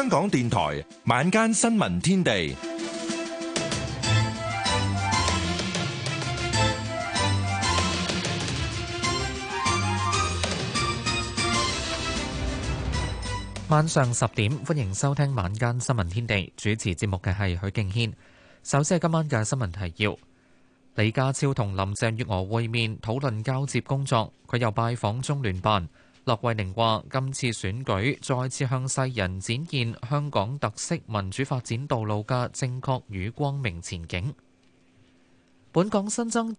香港電台晚間新聞天地， 晚上10點，歡迎收聽晚間新聞天地。主持節目嘅係許敬軒。首先係今晚嘅新聞提要。李家超同林鄭月娥會面，討論交接工作。佢又拜訪中聯辦。駱惠寧話：今次選舉再次向世人展現香港特色民主發展道路嘅正確與光明前景。本港新增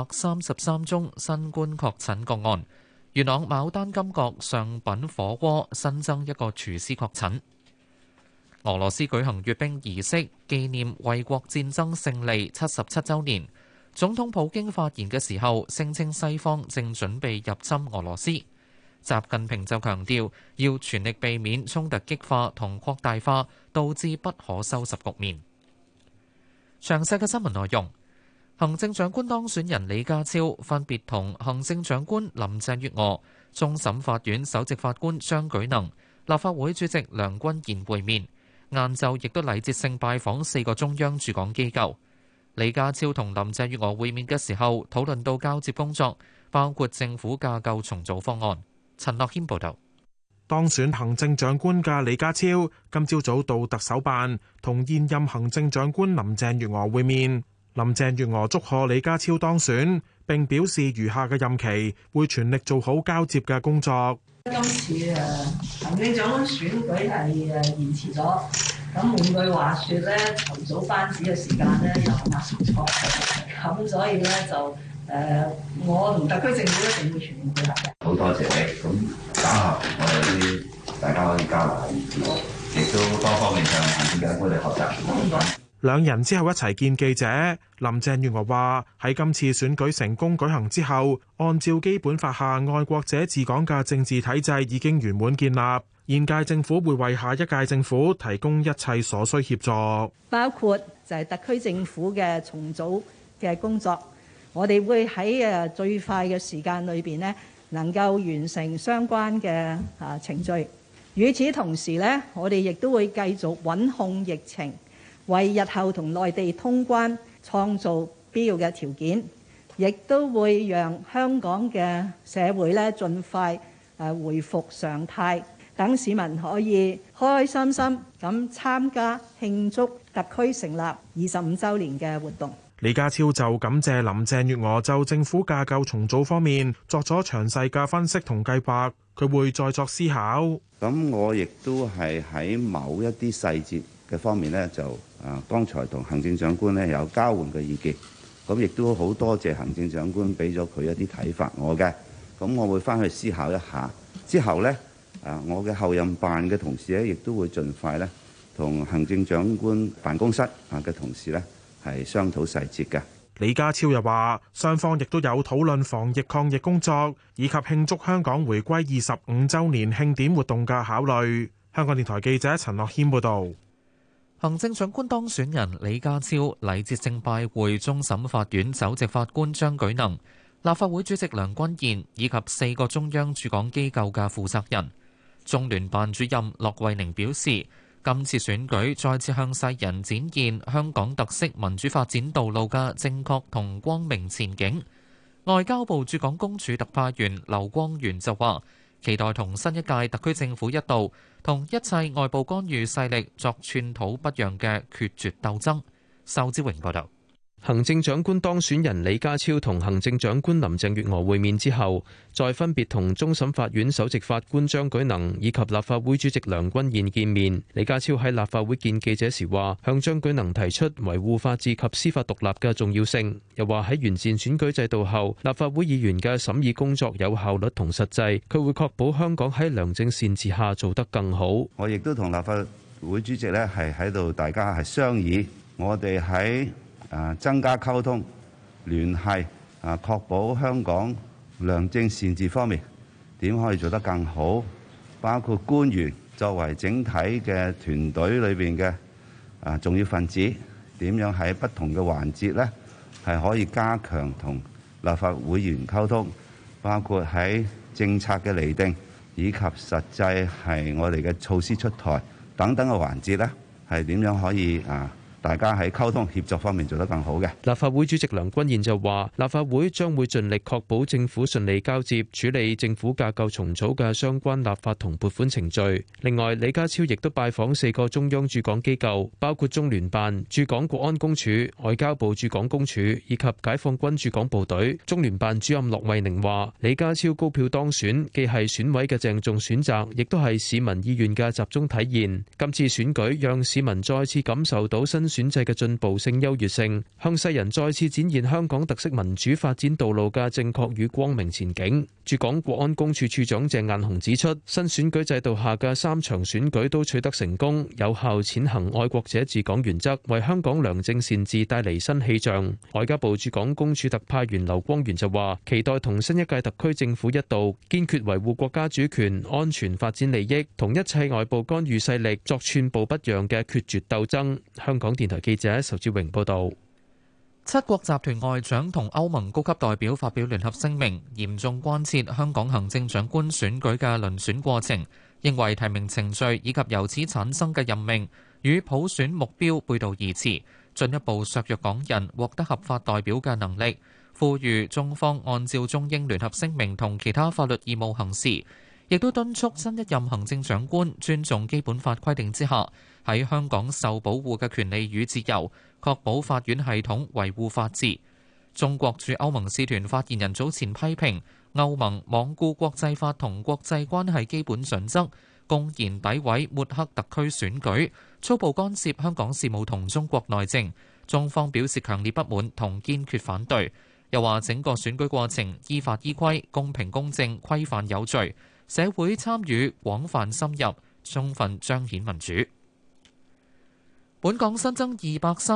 233宗新冠確診個案，元朗牡丹金閣上品火鍋新增一個廚師確診。俄羅斯舉行閱兵儀式，紀念衛國戰爭勝利77週年。總統普京發言嘅時候，聲稱西方正準備入侵俄羅斯。習近平就強調，要全力避免衝突激化同擴大化，導致不可收拾局面。詳細嘅新聞內容，行政長官當選人李家超分別同行政長官林鄭月娥、終審法院首席法官張舉能、立法會主席梁君彥會面，晏晝亦都禮節性拜訪4個中央駐港機構。李家超同林鄭月娥會面嘅時候，討論到交接工作，包括政府架構重組方案。陳樂謙報道。 當選行政長官嘅李家超今朝早到特首辦同現任行政長官林鄭月娥會面。林鄭月娥祝賀李家超當選，並表示餘下嘅任期會全力做好交接嘅工作。 今次行政長官選舉係延遲咗，咁換句話說咧，籌組班子嘅時間咧又壓縮咗，咁所以咧就我同特區政府一定會全面配合嘅。 好多謝你，咁打下我哋啲大家可以交流下意見，亦都多方面向行政長官嚟學習。 兩人之後一齊見記者，林鄭月娥話喺今次選舉成功舉行之後，按照基本法下愛國者治港嘅政治體制已經圓滿建立，現屆政府會為下一屆政府提供一切所需協助， 包括就係特區政府嘅重組嘅工作，我哋會喺最快嘅時間裏邊呢能夠完成相關嘅程序。與此同時呢，我哋亦都會繼續穩控疫情，為日後同內地通關創造必要嘅條件，亦都會讓香港嘅社會咧盡快回復常態，等市民可以開開心心咁參加慶祝特區成立25週年嘅活動。 李家超就感謝林鄭月娥就政府架構重組方面作咗詳細嘅分析同計劃，佢會再作思考。 咁我亦都係喺某一啲細節嘅方面呢，就剛才同行政長官呢有交換嘅意見，咁亦都好多謝行政長官俾咗佢一啲睇法我嘅，咁我會翻去思考一下，之後呢，我嘅後任辦嘅同事呢，亦都會盡快呢同行政長官辦公室嘅同事呢係商討細節嘅。 李家超又話，雙方亦都有討論防疫抗疫工作，以及慶祝香港回歸25週年慶典活動嘅考慮。香港電台記者陳樂軒報導。 行政長官當選人李家超禮節性拜會終審法院首席法官張舉能、立法會主席梁君彥以及4個中央駐港機構嘅負責人。中聯辦主任駱惠寧表示，今次選舉再次向世人展現香港特色民主發展道路嘅正確同光明前景。外交部駐港公署特派員劉光源就話，期待同新一屆特區政府一道，同一切外部干預勢力作寸土不讓嘅決絕鬥爭。仇志榮報道。 行政長官當選人李家超同行政長官林鄭月娥會面之後，再分別同終審法院首席法官張舉能以及立法會主席梁君彥見面。李家超喺立法會見記者時話，向張舉能提出維護法治及司法獨立嘅重要性，又話喺完善選舉制度後，立法會議員嘅審議工作有效率同實際，佢會確保香港喺良政善治下做得更好。 我亦都同立法會主席呢係喺度，大家係商議，我哋喺增加溝通、聯繫，確保香港良政善治方面點可以做得更好，包括官員作為整體嘅團隊裏邊嘅重要分子，點樣喺不同嘅環節呢係可以加強同立法會議員溝通，包括喺政策嘅釐定以及實際係我哋嘅措施出台等等嘅環節呢，係點樣可以大家喺溝通協作方面做得更好嘅。 立法會主席梁君彥就話，立法會將會盡力確保政府順利交接處理政府架構重組嘅相關立法同撥款程序。另外，李家超亦都拜訪4個中央駐港機構，包括中聯辦、駐港國安公署、外交部駐港公署以及解放軍駐港部隊。中聯辦主任駱惠寧話，李家超高票當選，既係選委嘅鄭重選擇，亦都係市民意願嘅集中體現。今次選舉讓市民再次感受到新選制嘅進步性、優越性，向世人再次展現香港特色民主發展道路嘅正確與光明前景。駐港國安公署署長鄭雁雄指出，新選舉制度下嘅3場選舉都取得成功，有效踐行愛國者治港原則，為香港良政善治帶嚟新氣象。外交部駐港公署特派員劉光源就話，期待同新一屆特區政府一道，堅決維護國家主權、安全、發展利益，同一切外部干預勢力作寸步不讓嘅決絕鬥爭。香港電台記者仇志榮報道。 7國集團外長同歐盟高級代表發表聯合聲明，嚴重關切香港行政長官選舉嘅遴選過程，認為提名程序以及由此產生嘅任命與普選目標背道而馳，進一步削弱港人獲得合法代表嘅能力，呼籲中方按照中英聯合聲明同其他法律義務行事，亦都敦促新一任行政長官尊重基本法規定之下喺香港受保護嘅權利與自由，確保法院系統維護法治。中國駐歐盟使團發言人早前批評歐盟罔顧國際法同國際關係基本準則，公然詆毀抹黑特區選舉，粗暴干涉香港事務同中國內政。中方表示強烈不滿同堅決反對，又話整個選舉過程依法依規、公平公正、規範有序，社會參與廣泛深入，充分彰顯民主。本港新增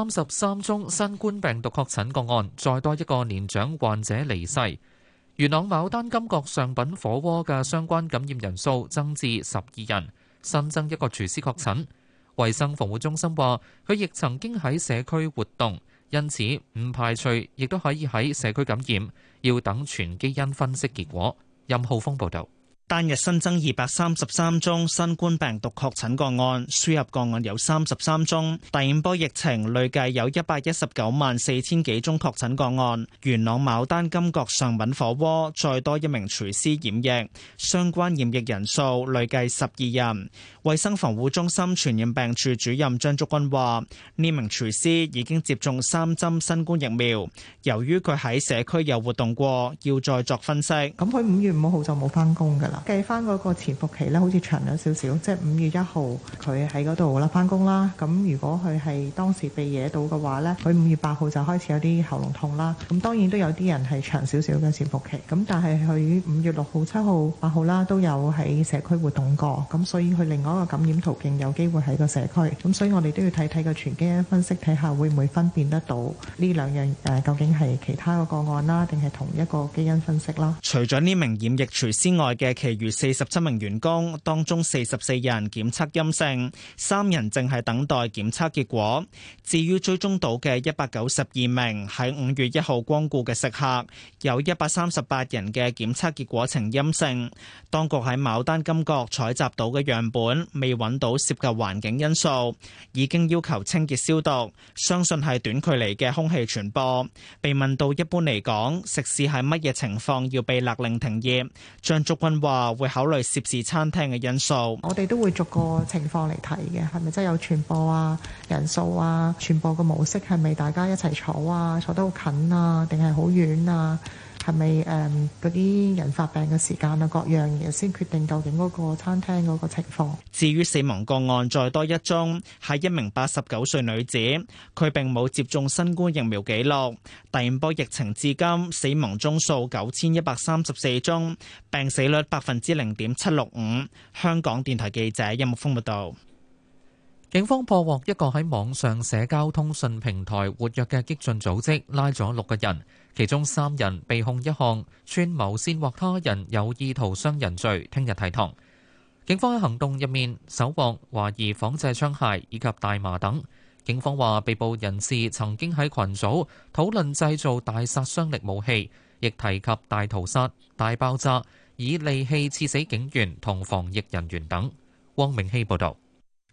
233宗新冠病毒確診個案，再多一個年長患者離世。元朗牡丹金閣上品火鍋嘅相關感染人數增至12人，新增一個廚師確診。衛生防護中心話，佢亦曾經喺社區活動，因此唔排除亦都可以喺社區感染，要等全基因分析結果。任浩峰報導。 單日新增233宗新冠病毒確診個案，輸入個案有33宗。第5波疫情累計有119萬4千幾宗確診個案。元朗牡丹金閣上品火鍋再多一名廚師染疫，相關染疫人數累計12人。衛生防護中心傳染病處主任張竹君話：呢名廚師已經接種3針新冠疫苗，由於佢喺社區有活動過，要再作分析。 咁佢5月5號就冇返工㗎啦。計翻嗰個潛伏期咧，好似長咗少少，即係5月1號佢喺嗰度啦翻工啦。咁如果佢係當時被惹到嘅話咧，佢5月8號就開始有啲喉嚨痛啦。咁當然都有啲人係長少少嘅潛伏期。咁但係佢5月6號、7號、8號啦都有喺社區活動過。咁所以佢另外一個感染途徑有機會喺個社區。咁所以我哋都要睇睇個全基因分析，睇下會唔會分辨得到呢兩樣究竟係其他個案啦，定係同一個基因分析啦。 除咗呢名染疫廚師外嘅其餘47名員工，當中44人檢測陰性，3人正係等待檢測結果。至於追蹤到嘅192名喺5月1號光顧嘅食客，有138人嘅檢測結果呈陰性。當局喺牡丹金閣採集到嘅樣本未揾到涉及環境因素，已經要求清潔消毒，相信係短距離嘅空氣傳播。被問到一般嚟講，食肆喺乜嘢情況要被勒令停業，張竹君話會考慮涉事餐廳嘅因素。 我哋都會逐個情況嚟睇嘅，係咪真係有傳播啊、人數啊、傳播嘅模式係咪大家一齊坐啊、坐得好近啊，定係好遠啊？係咪嗰啲人發病嘅時間啊，各樣嘢先決定究竟嗰個餐廳嗰個情況。 至於死亡個案再多一宗，係一名89歲女子，佢並冇接種新冠疫苗記錄。第5波疫情至今死亡宗數9134宗，病死率0.765%。香港電台記者任木峰報道。 警方破獲一個喺網上社交通訊平台活躍嘅激進組織，拉咗6個人，其中3人被控一項串謀煽惑他人有意圖傷人罪，聽日提堂。警方喺行動入面搜獲懷疑仿製槍械以及大麻等。警方話被捕人士曾經喺群組討論製造大殺傷力武器，亦提及大屠殺、大爆炸、以利器刺死警員同防疫人員等。汪明希報導。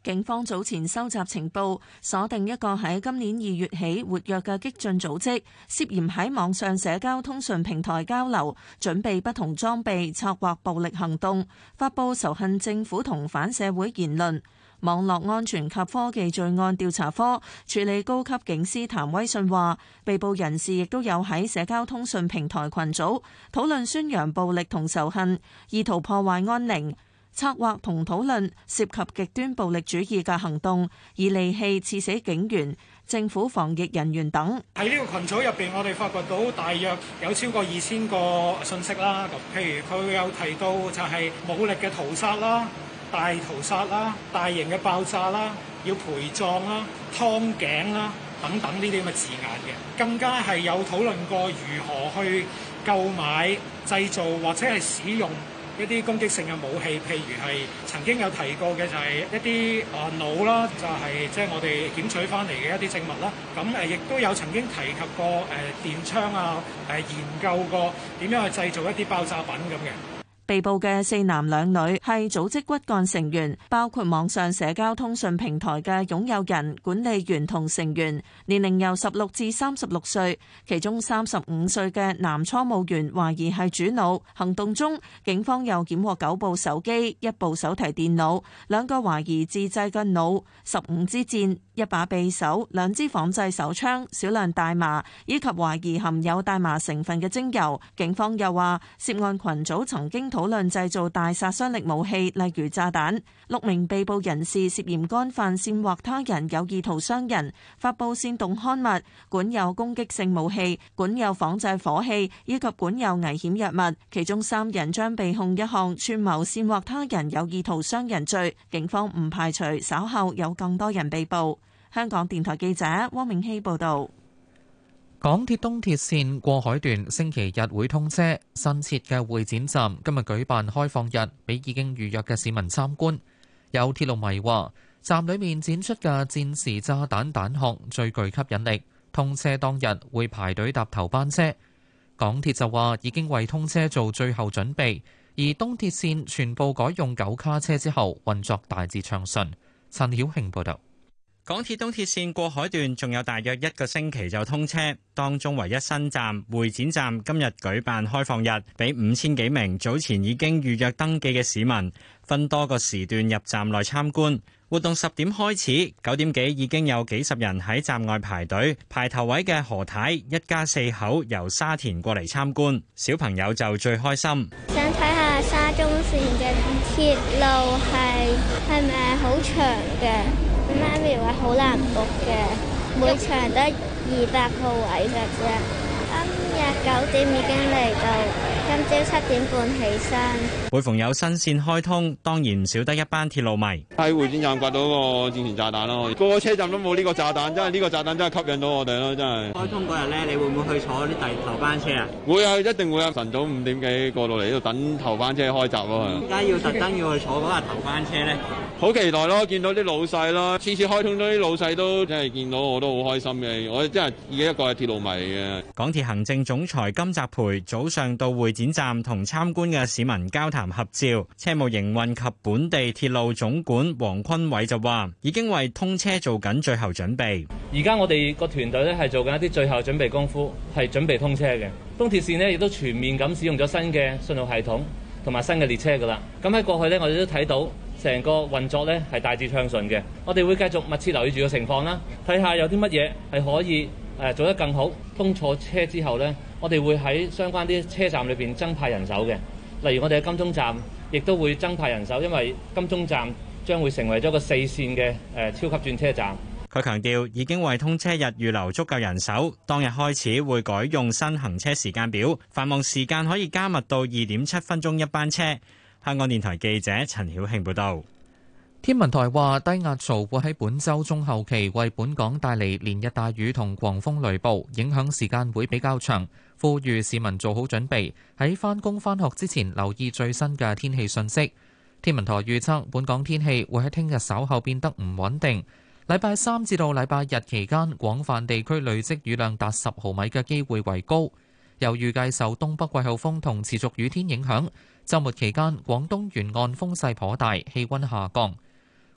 警方早前收集情報，鎖定一個喺今年2月起活躍嘅激進組織，涉嫌喺網上社交通訊平台交流，準備不同裝備，策劃暴力行動，發佈仇恨政府同反社會言論。網絡安全及科技罪案調查科處理高級警司譚威信話，被捕人士亦都有喺社交通訊平台群組討論宣揚暴力同仇恨，意圖破壞安寧，策劃同討論涉及極端暴力主義嘅行動，以利器刺死警員、政府防疫人員等。 喺呢個群組入邊，我哋發掘到大約有超過2000個信息啦。譬如佢有提到就係武力嘅屠殺啦、大屠殺啦、大型嘅爆炸啦、要陪葬啦、劏頸啦等等呢啲咁嘅字眼嘅，更加係有討論過如何去購買、製造或者係使用一啲攻擊性嘅武器，譬如係曾經有提過嘅就係一啲腦啦，就係即係我哋檢取翻嚟嘅一啲證物啦。咁亦都有曾經提及過電槍啊，研究過點樣去製造一啲爆炸品咁嘅。 被捕嘅4男2女係組織骨幹成員，包括網上社交通訊平台嘅擁有人、管理員同成員，年齡由16至36歲，其中35歲嘅男倉務員懷疑係主腦。行動中，警方又檢獲9部手機、1部手提電腦、2個懷疑自製嘅弩、15支箭、1把匕首、2支仿製手槍、少量大麻以及懷疑含有大麻成分嘅精油。警方又話，涉案群組曾經討論製造大殺傷力武器，例如炸彈。6名被捕人士涉嫌干犯煽惑他人有意圖傷人、發布煽動刊物、管有攻擊性武器、管有仿製火器以及管有危險藥物。其中3人將被控一項串謀煽惑他人有意圖傷人罪。警方唔排除稍後有更多人被捕。香港電台記者汪明熙報道。 港鐵東鐵線過海段星期日會通車，新設嘅會展站今日舉辦開放日，俾已經預約嘅市民參觀。有鐵路迷話，站裏面展出嘅戰時炸彈彈殼最具吸引力，通車當日會排隊搭頭班車。港鐵就話已經為通車做最後準備，而東鐵線全部改用9卡車之後，運作大致暢順。陳曉慶報導。 港鐵東鐵線過海段仲有大約1個星期就通車，當中唯一新站會展站今日舉辦開放日，俾5000幾名早前已經預約登記嘅市民分多個時段入站內參觀。活動10點開始，9點幾已經有幾十人喺站外排隊。排頭位嘅何太一家4口由沙田過嚟參觀，小朋友就最開心。 想睇下沙中線嘅鐵路係咪好長嘅？媽咪話好難 book 嘅，每場得200個位嘅啫。今日9點已經嚟到，今朝7點半起身。 每逢有新線開通，當然唔少得一班鐵路迷喺會展站掘到個戰前炸彈咯。個個車站都冇呢個炸彈，真係呢個炸彈真係吸引到我哋咯，真係。 開通嗰日咧，你會唔會去坐啲第頭班車啊？ 會啊，一定會啊！晨早5點幾過到嚟呢度等頭班車開閘咯。 點解要特登要去坐嗰日頭班車咧？ 好期待咯，見到啲老細咯，次次開通咗啲老細都真係見到我都好開心嘅。我真係自己一個係鐵路迷嘅。 港鐵行政總裁金澤培早上到會展站同參觀嘅市民交談合照。車務營運及本地鐵路總管黃坤偉就話：已經為通車做緊最後準備。 而家我哋個團隊咧係做緊一啲最後準備功夫，係準備通車嘅。東鐵線呢亦都全面咁使用咗新嘅信號系統同埋新嘅列車㗎啦。咁喺過去呢，我哋都睇到成個運作呢係大致暢順嘅。我哋會繼續密切留意住個情況啦，睇下有啲乜嘢係可以做得更好。通錯車之後呢，我哋會喺相關啲車站裏邊增派人手嘅。例如我哋嘅金鐘站亦都會增派人手，因為金鐘站將會成為咗個4線嘅超級轉車站。 佢強調已經為通車日預留足夠人手，當日開始會改用新行車時間表，繁忙時間可以加密到2.7分鐘一班車。香港電台記者陳曉慶報導。 天文台話，低壓槽會喺本週中後期為本港帶嚟連日大雨同狂風雷暴，影響時間會比較長，呼籲市民做好準備，喺返工返學之前留意最新嘅天氣訊息。天文台預測，本港天氣會喺聽日稍後變得唔穩定，禮拜3至到禮拜日期間，廣泛地區累積雨量達10毫米嘅機會為高。又預計受東北季候風同持續雨天影響，週末期間廣東沿岸風勢頗大，氣温下降。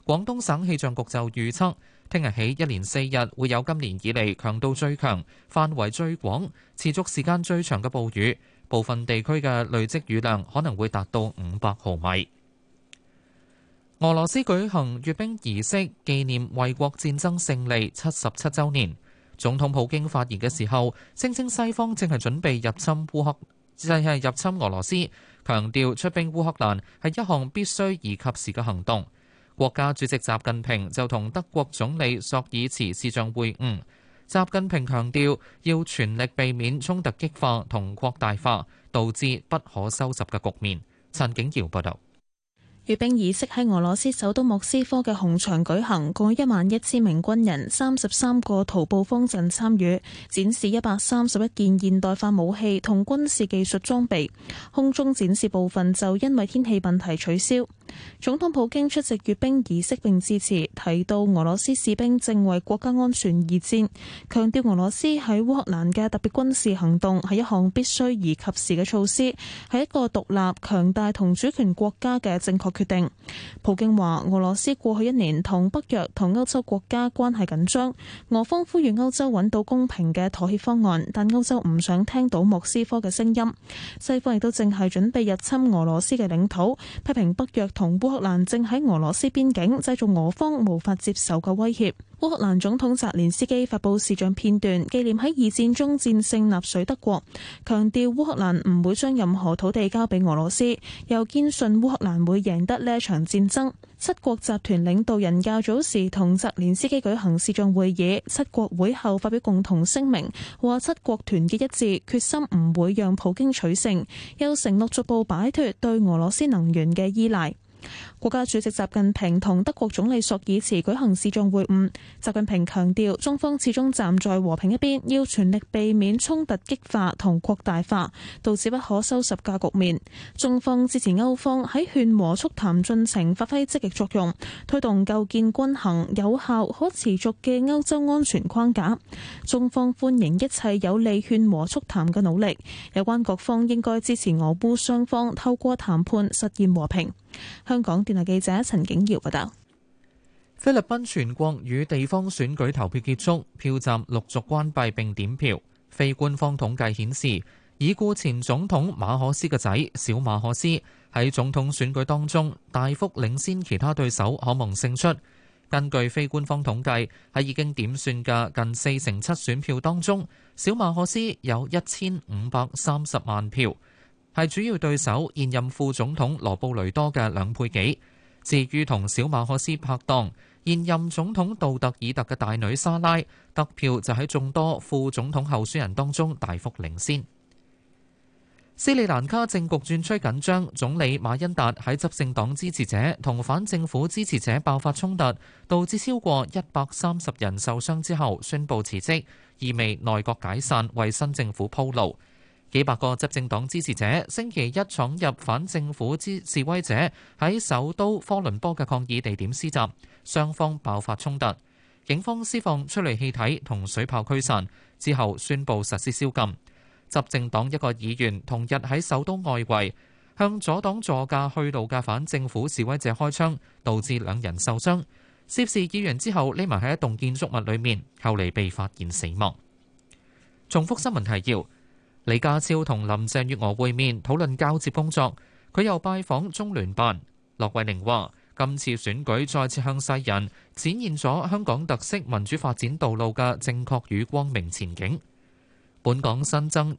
廣東省氣象局就預測，聽日起一連4日會有今年以嚟強度最強、範圍最廣、持續時間最長嘅暴雨，部分地區嘅累積雨量可能會達到500毫米。俄羅斯舉行閱兵儀式，紀念衛國戰爭勝利77週年。總統普京發言嘅時候，聲稱西方正係準備入侵俄羅斯，強調出兵烏克蘭係一項必須而及時嘅行動。國家主席習近平就同德國總理朔爾茨視像會晤。習近平強調要全力避免衝突激化同擴大化，導致不可收拾嘅局面。陳景堯報道。 閱兵儀式喺俄羅斯首都莫斯科嘅紅場舉行，共11000名軍人、33個徒步方陣參與，展示131件現代化武器同軍事技術裝備。空中展示部分就因為天氣問題取消。總統普京出席閱兵儀式並致辭，提到俄羅斯士兵正為國家安全而戰，強調俄羅斯喺烏克蘭嘅特別軍事行動係一項必須而及時嘅措施，係一個獨立、強大同主權國家嘅正確決定。普京話：俄羅斯過去1年同北約同歐洲國家關係緊張，俄方呼籲歐洲揾到公平嘅妥協方案，但歐洲唔想聽到莫斯科嘅聲音。西方亦都正係準備入侵俄羅斯嘅領土，批評北約同烏克蘭正喺俄羅斯邊境製造俄方無法接受嘅威脅。烏克蘭總統澤連斯基發布視像片段，紀念喺二戰中戰勝納粹德國，強調烏克蘭唔會將任何土地交俾俄羅斯，又堅信烏克蘭會贏得呢一場戰爭。七國集團領導人較早時同澤連斯基舉行視像會議，七國會後發表共同聲明，話七國團結一致，決心唔會讓普京取勝，又承諾逐步擺脫對俄羅斯能源嘅依賴。國家主席習近平同德國總理朔爾茨舉行視像會晤，習近平強調中方始終站在和平一邊，要全力避免衝突激化同擴大化，導致不可收拾嘅局面。中方支持歐方喺勸和促談進程發揮積極作用，推動構建均衡、有效、可持續嘅歐洲安全框架。中方歡迎一切有利勸和促談嘅努力，有關各方應該支持俄烏雙方透過談判實現和平。香港電台記者陳景堯報道。 菲律賓全國與地方選舉投票結束，票站陸續關閉並點票。非官方統計顯示，已故前總統馬可斯嘅仔小馬可斯喺總統選舉當中大幅領先其他對手，可望勝出。根據非官方統計，喺已經點算嘅近47%選票當中，小馬可斯有1530萬票，係主要對手現任副總統羅布雷多嘅2倍幾。至於同小馬可斯拍檔現任總統杜特爾特嘅大女莎拉，得票就喺眾多副總統候選人當中大幅領先。斯里蘭卡政局轉趨緊張，總理馬恩達喺執政黨支持者同反政府支持者爆發衝突，導致超過130人受傷之後宣布辭職，意味內閣解散，為新政府鋪路。幾百個執政黨支持者星期一闖入反政府示威者喺首都科倫坡嘅抗議地點施襲，雙方爆發衝突。警方施放催淚氣體同水炮驅散，之後宣布實施宵禁。執政黨一個議員同日喺首都外圍向阻擋座駕去路嘅反政府示威者開槍，導致2人受傷。涉事議員之後匿埋喺一棟建築物裏面，後嚟被發現死亡。重複新聞提要。李家超同林鄭月娥會面討論交接工作，佢又拜訪中聯辦。駱惠寧話：今次選舉再次向世人展現咗香港特色民主發展道路嘅正確與光明前景。本港新增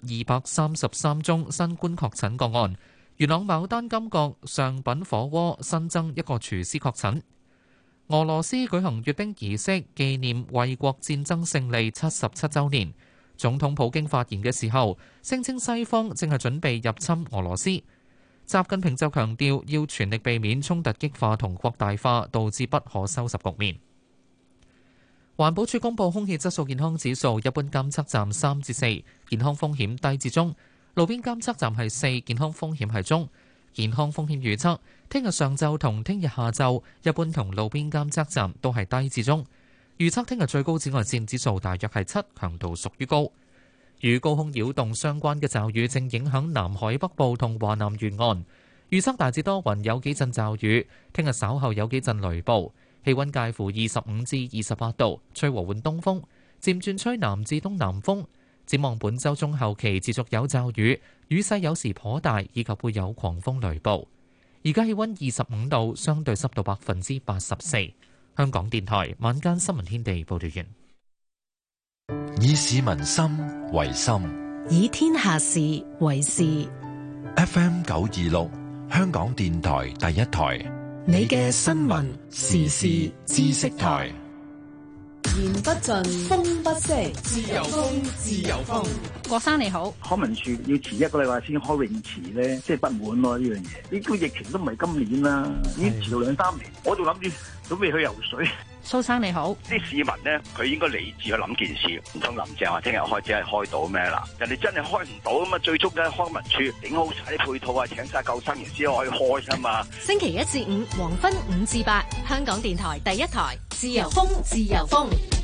233宗新冠確診個案，元朗牡丹金閣上品火鍋新增1個廚師確診。俄羅斯舉行閱兵儀式，紀念衛國戰爭勝利77週年。總統普京發言嘅時候，聲稱西方正係準備入侵俄羅斯。習近平就強調要全力避免衝突激化同擴大化，導致不可收拾局面。環保署公布空氣質素健康指數，一般監測站3至4，健康風險低至中；路邊監測站係4，健康風險係中。健康風險預測，聽日上晝同聽日下晝，一般同路邊監測站都係低至中。預測聽日最高紫外線指數大約係7，強度屬於高。與高空擾動相關嘅驟雨正影響南海北部同華南沿岸，預測大致多雲，有幾陣驟雨。聽日稍後有幾陣雷暴， 氣溫介乎25至28度，吹和緩東風，漸轉吹南至東南風。展望本週中後期持續有驟雨，雨勢有時頗大，以及會有狂風雷暴。而家氣溫25度，相對濕度84%。香港電台晚間新聞天地報道完。 以市民心為心， 以天下事為事。 FM 926，香港電台第一台， 你嘅新聞時事知識台。 言不盡，風不息，自由風，自由風。 郭生你好， 康文署要遲一個禮拜先開泳池咧，即係不滿咯呢樣嘢。呢個疫情都唔係今年啦，已經遲到2-3年，我仲諗住準備去游水。 蘇生你好， 啲市民咧，佢應該理智去諗件事，唔通林鄭話聽日開只係開到咩啦？人哋真係開唔到咁啊！最終嘅康文署整好晒啲配套啊，請晒救生員先可以開㗎嘛。 星期1至5黃昏5至8，香港電台第一台，自由風，自由風。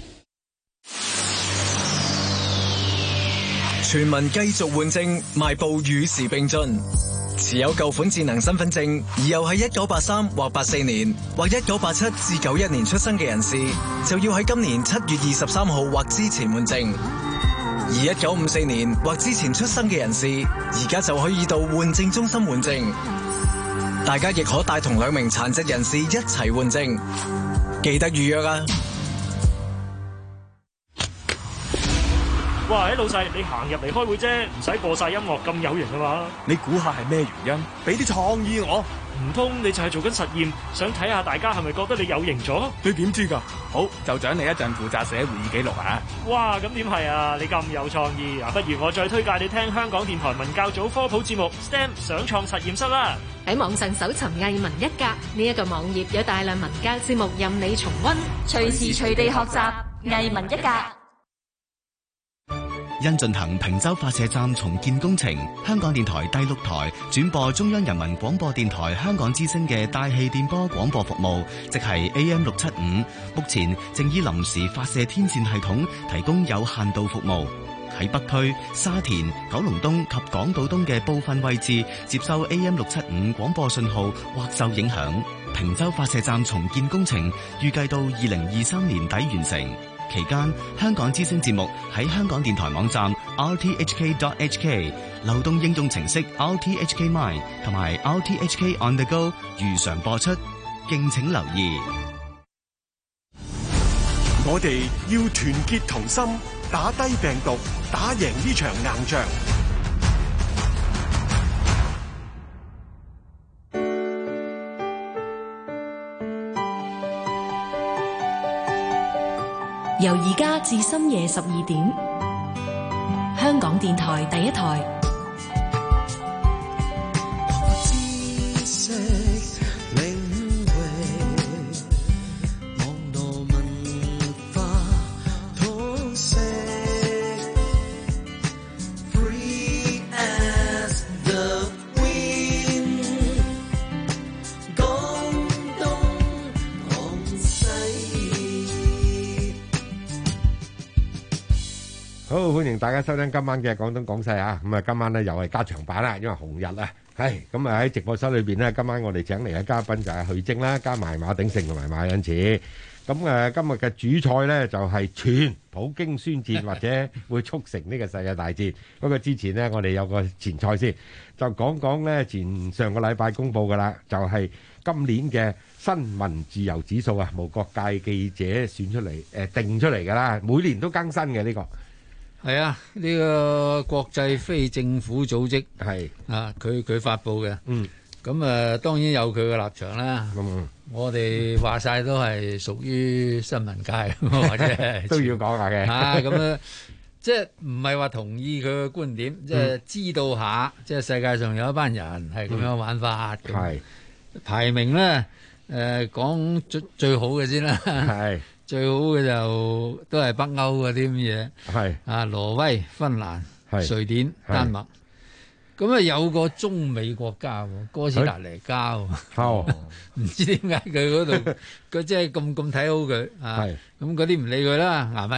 全民繼續換證，邁步與時並進。持有舊款智能身份證而又係1983或84年或1987至91年出生嘅人士，就要喺今年7月23號或之前換證。而1954年或之前出生嘅人士，而家就可以到換證中心換證。大家亦可帶同2名殘疾人士一齊換證，記得預約啊！ 哇！老細，你行入嚟開會啫，唔使播晒音樂咁有型㗎嘛？ 你估下係咩原因？俾啲創意我。 唔通你就係做緊實驗，想睇下大家係咪覺得你有型咗？ 你點知㗎？好，就獎你一陣負責寫會議記錄啊！ 哇！咁點係啊？你咁有創意啊！不如我再推介你聽香港電台文教組科普節目 STEM 想創實驗室啦！ 喺網上搜尋藝文一格呢一個網頁，有大量文教節目任你重溫，隨時隨地學習藝文一格。 因進行坪洲發射站重建工程，香港電台第6台轉播中央人民廣播電台香港之聲嘅大氣電波廣播服務，即係 AM675，目前正以臨時發射天線系統提供有限度服務。喺北區、沙田、九龍東及港島東嘅部分位置接收 AM675 廣播信號或受影響。坪洲發射站重建工程預計到2023年底完成。期間，香港之聲節目喺香港電台網站 rthk.hk、流動應用程式 rthk mine 同埋 rthk on the go 如常播出，敬請留意。 我哋要團結同心，打低病毒，打贏呢場硬仗。 由而家至深夜12點，香港電台第一台。 好，歡迎大家收聽今晚嘅廣東廣西啊！咁啊，今晚咧又係加長版啦，因為紅日啊，係咁啊喺直播室裏邊咧，今晚我哋請嚟嘅嘉賓就係許晶啦，加埋馬鼎盛同埋馬恩賜。咁誒，今日嘅主菜咧就係全普京宣戰或者會促成呢個世界大戰。不過之前咧，我哋有個前菜先，就講講咧上個禮拜公佈㗎啦，就係今年嘅新聞自由指數啊，無國界記者選出嚟定出嚟㗎啦，每年都更新嘅呢個。 係啊，呢個國際非政府組織係啊，佢發布嘅。咁當然有佢嘅立場啦。我哋話晒都係屬於新聞界，或者都要講下嘅。 咁即係唔係話同意佢嘅觀點，即係知道下，即係世界上有一班人係咁樣玩法。係排名咧，講最好嘅先啦。係。最好嘅就都係北歐嗰啲咁嘢，係啊，挪威、芬蘭、瑞典、丹麥，咁啊有個中美國家喎，哥斯達黎加喎，唔知點解佢嗰度佢即係咁睇好佢啊，咁嗰啲唔理佢啦，